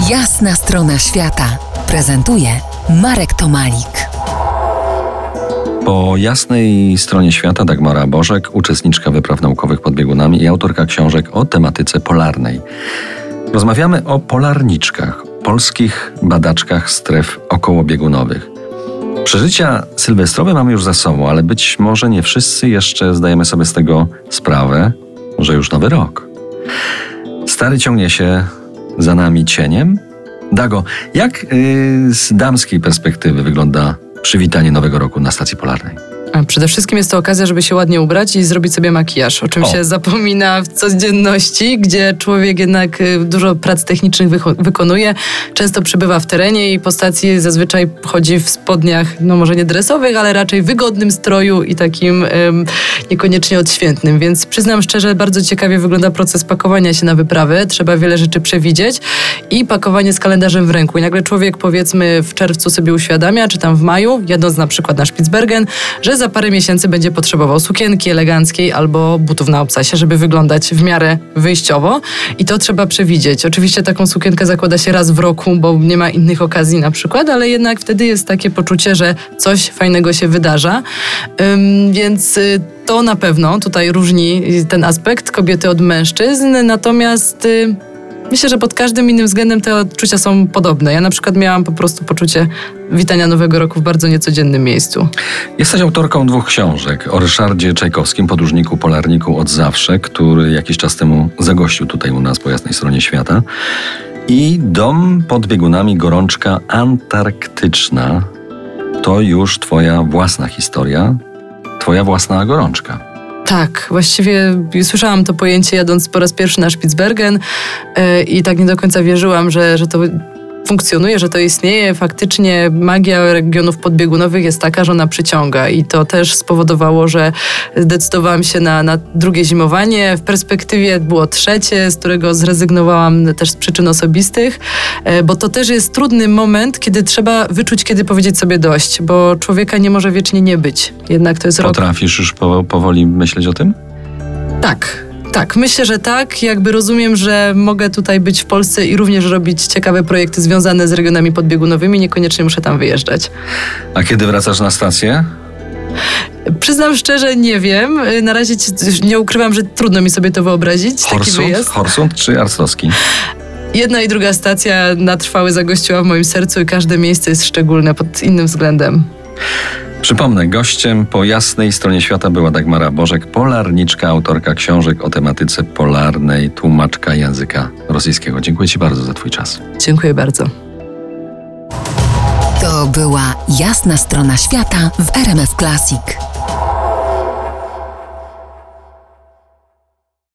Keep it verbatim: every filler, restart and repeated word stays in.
Jasna strona świata prezentuje Marek Tomalik. Po jasnej stronie świata Dagmara Bożek, uczestniczka wypraw naukowych pod biegunami i autorka książek o tematyce polarnej. Rozmawiamy o polarniczkach, polskich badaczkach stref okołobiegunowych. Przeżycia sylwestrowe mamy już za sobą, ale być może nie wszyscy jeszcze zdajemy sobie z tego sprawę, że już nowy rok. Stary ciągnie się za nami cieniem. Dago, jak yy, z damskiej perspektywy wygląda przywitanie nowego roku na stacji polarnej? Przede wszystkim jest to okazja, żeby się ładnie ubrać i zrobić sobie makijaż, o czym o. się zapomina w codzienności, gdzie człowiek jednak dużo prac technicznych wycho- wykonuje, często przebywa w terenie i po stacji zazwyczaj chodzi w spodniach, no może nie dresowych, ale raczej wygodnym stroju i takim um, niekoniecznie odświętnym, więc przyznam szczerze, bardzo ciekawie wygląda proces pakowania się na wyprawę, trzeba wiele rzeczy przewidzieć i pakowanie z kalendarzem w ręku. I nagle człowiek, powiedzmy, w czerwcu sobie uświadamia, czy tam w maju, jadąc na przykład na Spitsbergen, że za parę miesięcy będzie potrzebował sukienki eleganckiej albo butów na obcasie, żeby wyglądać w miarę wyjściowo i to trzeba przewidzieć. Oczywiście taką sukienkę zakłada się raz w roku, bo nie ma innych okazji na przykład, ale jednak wtedy jest takie poczucie, że coś fajnego się wydarza. Ym, więc y, to na pewno tutaj różni ten aspekt kobiety od mężczyzn, natomiast y, myślę, że pod każdym innym względem te odczucia są podobne. Ja na przykład miałam po prostu poczucie witania Nowego Roku w bardzo niecodziennym miejscu. Jesteś autorką dwóch książek o Ryszardzie Czajkowskim, podróżniku, polarniku od zawsze, który jakiś czas temu zagościł tutaj u nas po jasnej stronie świata. I Dom pod biegunami, gorączka antarktyczna. To już twoja własna historia, twoja własna gorączka. Tak, właściwie słyszałam to pojęcie jadąc po raz pierwszy na Spitsbergen yy, i tak nie do końca wierzyłam, że, że to funkcjonuje, że to istnieje. Faktycznie magia regionów podbiegunowych jest taka, że ona przyciąga i to też spowodowało, że zdecydowałam się na, na drugie zimowanie. W perspektywie było trzecie, z którego zrezygnowałam też z przyczyn osobistych, bo to też jest trudny moment, kiedy trzeba wyczuć, kiedy powiedzieć sobie dość, bo człowieka nie może wiecznie nie być. Jednak to jest rok. Potrafisz już po, powoli myśleć o tym? Tak. Tak, myślę, że tak. Jakby rozumiem, że mogę tutaj być w Polsce i również robić ciekawe projekty związane z regionami podbiegunowymi. Niekoniecznie muszę tam wyjeżdżać. A kiedy wracasz na stację? Przyznam szczerze, nie wiem. Na razie nie ukrywam, że trudno mi sobie to wyobrazić. Horsund, taki wyjazd. Horsund czy Arctowski? Jedna i druga stacja na trwałe zagościła w moim sercu i każde miejsce jest szczególne pod innym względem. Przypomnę, gościem po jasnej stronie świata była Dagmara Bożek, polarniczka, autorka książek o tematyce polarnej, tłumaczka języka rosyjskiego. Dziękuję ci bardzo za twój czas. Dziękuję bardzo. To była Jasna strona świata w R M F Classic.